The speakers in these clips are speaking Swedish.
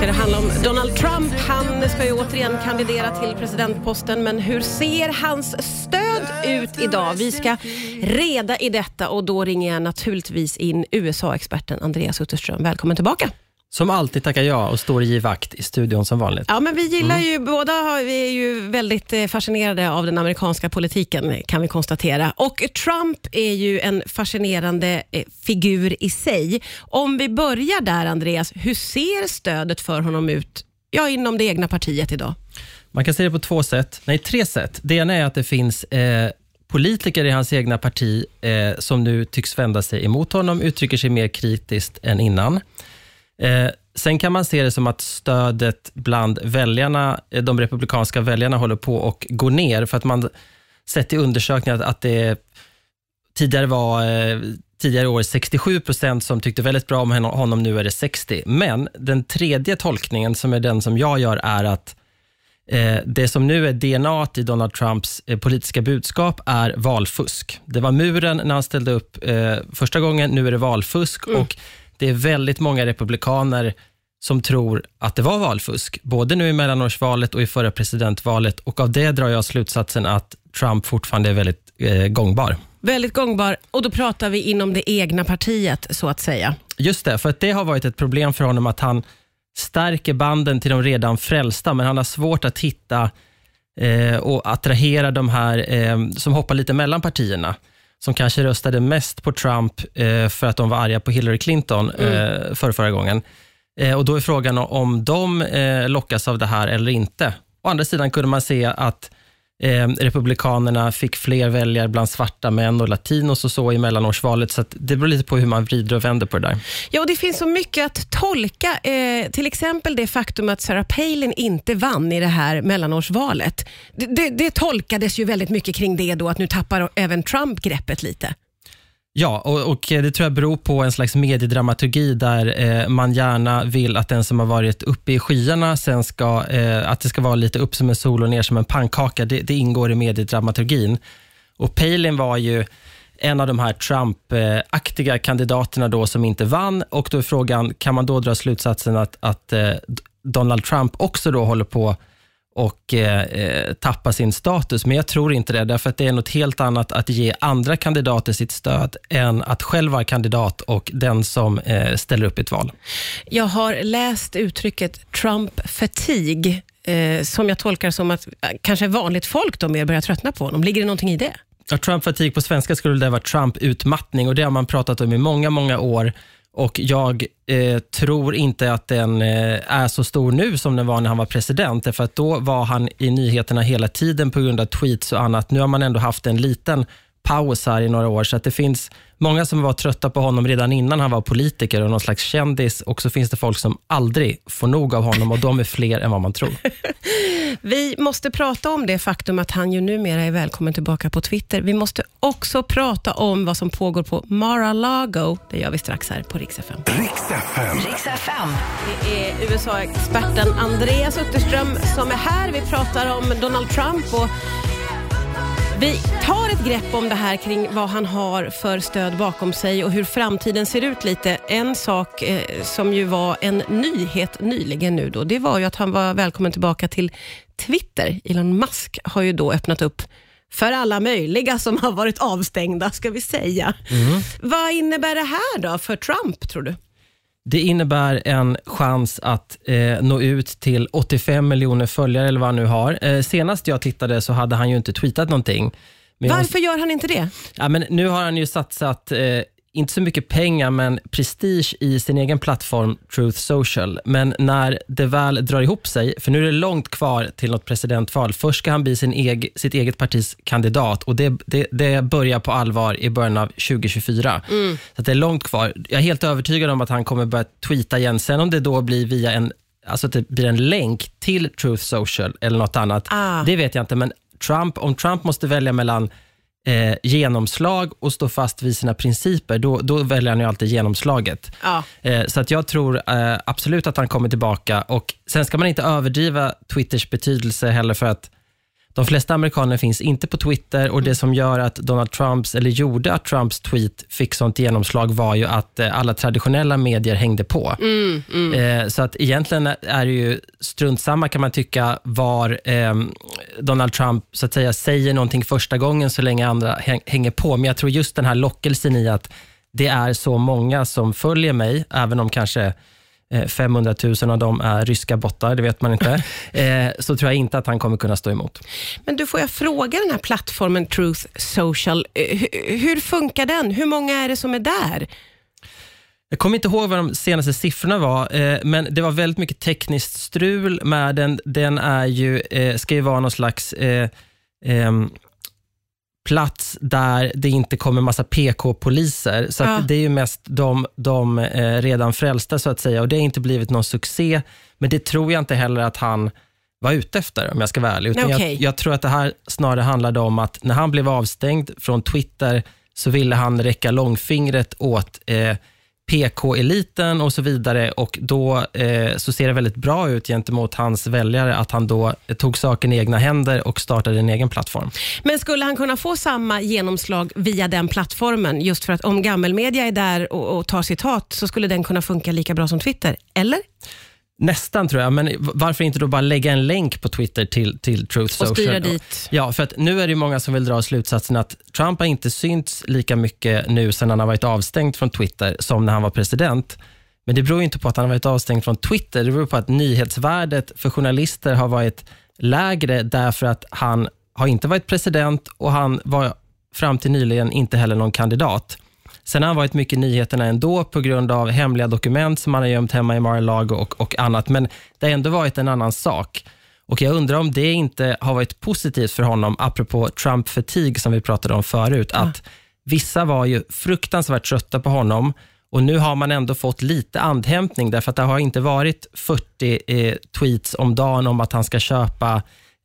ska det handla om Donald Trump. Han ska ju återigen kandidera till presidentposten, men hur ser hans stöd ut idag? Vi ska reda i detta och då ringer jag naturligtvis in USA-experten Andreas Utterström. Välkommen tillbaka. Som alltid tackar jag och står i vakt i studion som vanligt. Ja, men vi gillar ju båda, vi är ju väldigt fascinerade av den amerikanska politiken, kan vi konstatera. Och Trump är ju en fascinerande figur i sig. Om vi börjar där, Andreas, hur ser stödet för honom ut inom det egna partiet idag? Man kan se det på tre sätt. Det ena är att det finns politiker i hans egna parti som nu tycks vända sig emot honom, uttrycker sig mer kritiskt än innan. Sen kan man se det som att stödet bland väljarna, de republikanska väljarna, håller på och går ner, för att man sett i undersökningar att det tidigare år 67% som tyckte väldigt bra om honom, nu är det 60%. Men den tredje tolkningen, som är den som jag gör, är att det som nu är DNA i Donald Trumps politiska budskap är valfusk. Det var muren när han ställde upp första gången, nu är det valfusk och det är väldigt många republikaner som tror att det var valfusk, både nu i mellanårsvalet och i förra presidentvalet, och av det drar jag slutsatsen att Trump fortfarande är väldigt gångbar. Väldigt gångbar, och då pratar vi inom det egna partiet, så att säga. Just det, för att det har varit ett problem för honom att han stärker banden till de redan frälsta, men han har svårt att hitta och attrahera de här som hoppar lite mellan partierna, som kanske röstade mest på Trump för att de var arga på Hillary Clinton förra gången. Och då är frågan om de lockas av det här eller inte. Å andra sidan kunde man se att republikanerna fick fler väljare bland svarta män och latinos och så i mellanårsvalet, så att det beror lite på hur man vrider och vänder på det där. Ja, och det finns så mycket att tolka. Till exempel det faktum att Sarah Palin inte vann i det här mellanårsvalet. Det tolkades ju väldigt mycket kring det då, att nu tappar även Trump greppet lite. Ja, och det tror jag beror på en slags mediedramaturgi där man gärna vill att den som har varit uppe i skyarna sen ska, att det ska vara lite upp som en sol och ner som en pannkaka. Det ingår i mediedramaturgin. Och Palin var ju en av de här Trump-aktiga kandidaterna då som inte vann, och då är frågan, kan man då dra slutsatsen att Donald Trump också då håller på och tappa sin status? Men jag tror inte det, därför att det är något helt annat att ge andra kandidater sitt stöd än att själv vara kandidat och den som ställer upp i ett val. Jag har läst uttrycket Trump fatigue som jag tolkar som att kanske vanligt folk då mer börjar tröttna på honom. Ligger det någonting i det? Ja, Trump fatigue på svenska skulle det vara Trump-utmattning, och det har man pratat om i många, många år. Och jag tror inte att den är så stor nu som den var när han var president. För att då var han i nyheterna hela tiden på grund av tweets och annat. Nu har man ändå haft en liten paus här i några år. Så att det finns många som var trötta på honom redan innan han var politiker och någon slags kändis. Och så finns det folk som aldrig får nog av honom, och de är fler än vad man tror. Vi måste prata om det faktum att han ju numera är välkommen tillbaka på Twitter. Vi måste också prata om vad som pågår på Mar-a-Lago. Det gör vi strax här på Rix FM. Rix FM. Det är USA-experten Andreas Utterström som är här. Vi pratar om Donald Trump och vi tar ett grepp om det här kring vad han har för stöd bakom sig och hur framtiden ser ut lite. En sak som ju var en nyhet nyligen nu då, det var ju att han var välkommen tillbaka till Twitter. Elon Musk har ju då öppnat upp för alla möjliga som har varit avstängda, ska vi säga. Vad innebär det här då för Trump, tror du? Det innebär en chans att nå ut till 85 miljoner följare eller vad han nu har. Senast jag tittade så hade han ju inte tweetat någonting. Men varför gör han inte det? Ja, men nu har han ju satsat inte så mycket pengar men prestige i sin egen plattform Truth Social. Men när det väl drar ihop sig, för nu är det långt kvar till något presidentval. Först ska han bli sitt eget partis kandidat, och det börjar på allvar i början av 2024. Så att det är långt kvar. Jag är helt övertygad om att han kommer börja tweeta igen. Sen om det då blir via att det blir en länk till Truth Social eller något annat, det vet jag inte. Men om Trump måste välja mellan genomslag och stå fast vid sina principer, då väljer han ju alltid genomslaget. Så att jag tror absolut att han kommer tillbaka. Och sen ska man inte överdriva Twitters betydelse heller, för att De flesta amerikaner finns inte på Twitter och det som gör att gjorde att Trumps tweet fick sånt genomslag var ju att alla traditionella medier hängde på. Så att egentligen är det ju strunt samma, kan man tycka, var Donald Trump så att säga säger någonting första gången så länge andra hänger på. Men jag tror just den här lockelsen i att det är så många som följer mig, även om kanske 500 000 av dem är ryska bottar, det vet man inte. Så tror jag inte att han kommer kunna stå emot. Men du, får jag fråga den här plattformen Truth Social, hur funkar den? Hur många är det som är där? Jag kommer inte ihåg vad de senaste siffrorna var, men det var väldigt mycket tekniskt strul med den. Den är ju, ska ju vara någon slags plats där det inte kommer massa PK-poliser. Så att det är ju mest de redan frälsta så att säga. Och det har inte blivit någon succé. Men det tror jag inte heller att han var ute efter, om jag ska vara ärlig. Utan jag tror att det här snarare handlade om att när han blev avstängd från Twitter så ville han räcka långfingret åt PK-eliten och så vidare, och då så ser det väldigt bra ut gentemot hans väljare att han då tog saken i egna händer och startade en egen plattform. Men skulle han kunna få samma genomslag via den plattformen, just för att om gammelmedia är där och tar citat, så skulle den kunna funka lika bra som Twitter, eller? Nästan, tror jag, men varför inte då bara lägga en länk på Twitter till Truth Social? Och styra dit. Ja, för att nu är det många som vill dra slutsatsen att Trump har inte synts lika mycket nu sedan han har varit avstängd från Twitter som när han var president. Men det beror ju inte på att han har varit avstängd från Twitter, det beror på att nyhetsvärdet för journalister har varit lägre därför att han har inte varit president och han var fram till nyligen inte heller någon kandidat. Sen har han varit mycket i nyheterna ändå på grund av hemliga dokument som han har gömt hemma i Mar-a-Lago och annat. Men det har ändå varit en annan sak. Och jag undrar om det inte har varit positivt för honom, apropå Trump-fatig som vi pratade om förut. Att vissa var ju fruktansvärt trötta på honom. Och nu har man ändå fått lite andhämtning därför att det har inte varit 40 tweets om dagen om att han ska köpa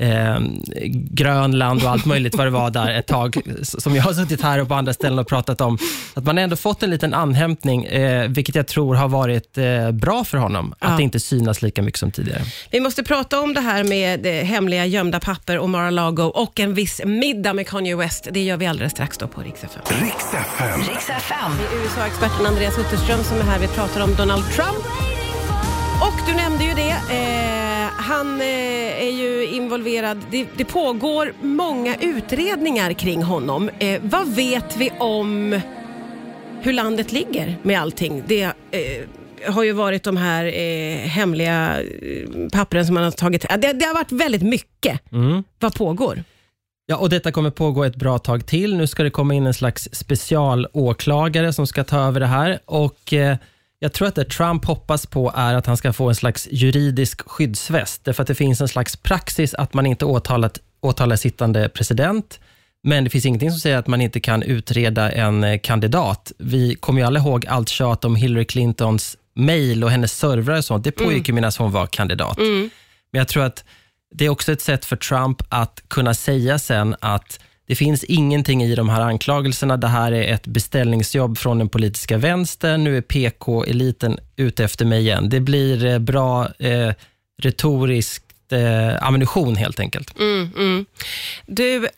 Grönland och allt möjligt vad det var där ett tag, som jag har suttit här och på andra ställen och pratat om. Att man ändå fått en liten anhämtning, vilket jag tror har varit bra för honom, att det inte synas lika mycket som tidigare. Vi måste prata om det här med hemliga gömda papper och Mar-a-Lago och en viss middag med Kanye West. Det gör vi alldeles strax då på Rix FM. Rix FM. Det är USA-experten Andreas Utterström som är här. Vi pratar om Donald Trump. Och du nämnde ju det. Han är ju involverad. Det pågår många utredningar kring honom. Vad vet vi om hur landet ligger med allting? Det har ju varit de här hemliga pappren som man har tagit. Det har varit väldigt mycket. Vad pågår? Ja, och detta kommer pågå ett bra tag till. Nu ska det komma in en slags specialåklagare som ska ta över det här. Och jag tror att det Trump hoppas på är att han ska få en slags juridisk skyddsväst. Därför att det finns en slags praxis att man inte åtalar sittande president. Men det finns ingenting som säger att man inte kan utreda en kandidat. Vi kommer ju alla ihåg allt tjat om Hillary Clintons mejl och hennes servrar och sånt. Det pågick ju medan hon var kandidat. Men jag tror att det är också ett sätt för Trump att kunna säga sen att det finns ingenting i de här anklagelserna. Det här är ett beställningsjobb från den politiska vänstern. Nu är PK-eliten ute efter mig igen. Det blir bra retoriskt ammunition helt enkelt. Du,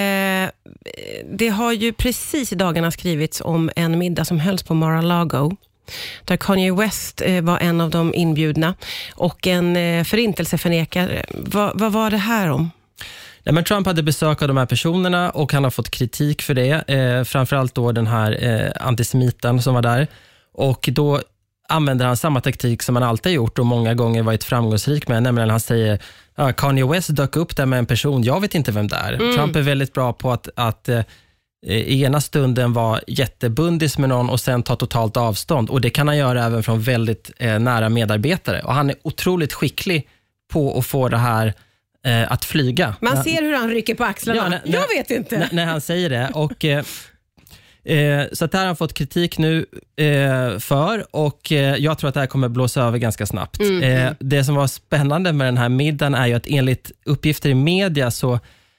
det har ju precis i dagarna skrivits om en middag som hölls på Mar-a-Lago, där Kanye West var en av de inbjudna och en förintelseförnekare. Vad var det här om? Nej, men Trump hade besök av de här personerna och han har fått kritik för det. Framförallt då den här antisemiten som var där. Och då använder han samma taktik som han alltid gjort och många gånger varit framgångsrik med. Nämligen han säger, Kanye West dök upp där med en person, jag vet inte vem det är. Trump är väldigt bra på att i ena stunden vara jättebundis med någon och sen ta totalt avstånd. Och det kan han göra även från väldigt nära medarbetare. Och han är otroligt skicklig på att få det här att flyga. Man ser hur han rycker på axlarna. Ja, jag vet inte. När han säger det. Och, så att det här har han fått kritik nu för. Och jag tror att det här kommer blåsa över ganska snabbt. Det som var spännande med den här middagen är ju att enligt uppgifter i media så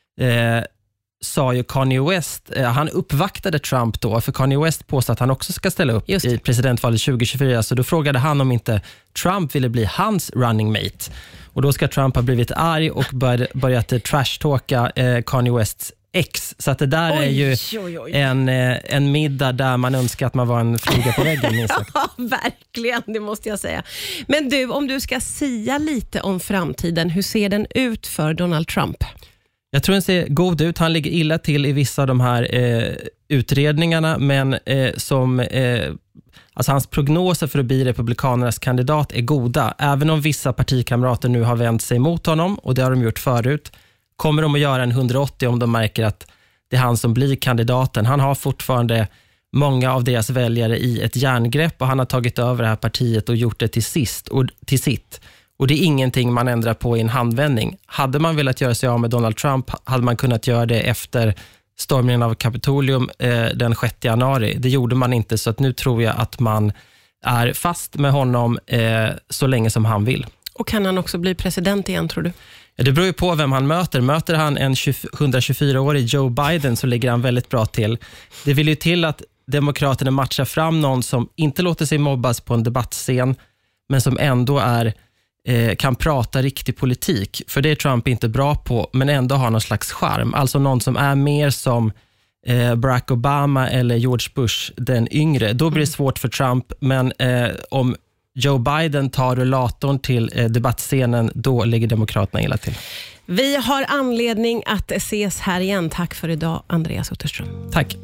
sa ju Kanye West, han uppvaktade Trump då, för Kanye West påstod att han också ska ställa upp i presidentvalet 2024, så då frågade han om inte Trump ville bli hans running mate. Och då ska Trump ha blivit arg och börjat trashtalka Kanye Wests ex. Så att det där är ju en middag där man önskar att man var en fluga på väggen. Ja, verkligen, det måste jag säga. Men du, om du ska sia lite om framtiden, hur ser den ut för Donald Trump? Jag tror den ser god ut. Han ligger illa till i vissa av de här utredningarna, men alltså hans prognoser för att bli republikanernas kandidat är goda. Även om vissa partikamrater nu har vänt sig mot honom, och det har de gjort förut, kommer de att göra en 180 om de märker att det är han som blir kandidaten. Han har fortfarande många av deras väljare i ett järngrepp, och han har tagit över det här partiet och gjort det till sitt. Och det är ingenting man ändrar på i en handvändning. Hade man velat göra sig av med Donald Trump hade man kunnat göra det efter stormningen av Kapitolium den 6 januari. Det gjorde man inte, så att nu tror jag att man är fast med honom så länge som han vill. Och kan han också bli president igen, tror du? Ja, det beror ju på vem han möter. Möter han en 124-årig Joe Biden så ligger han väldigt bra till. Det vill ju till att demokraterna matchar fram någon som inte låter sig mobbas på en debattscen, men som ändå kan prata riktig politik. För det är Trump inte bra på, men ändå har någon slags charm. Alltså någon som är mer som Barack Obama eller George Bush, den yngre. Då blir det svårt för Trump, men om Joe Biden tar rullatorn till debattscenen, då ligger demokraterna illa till. Vi har anledning att ses här igen. Tack för idag, Andreas Utterström. Tack.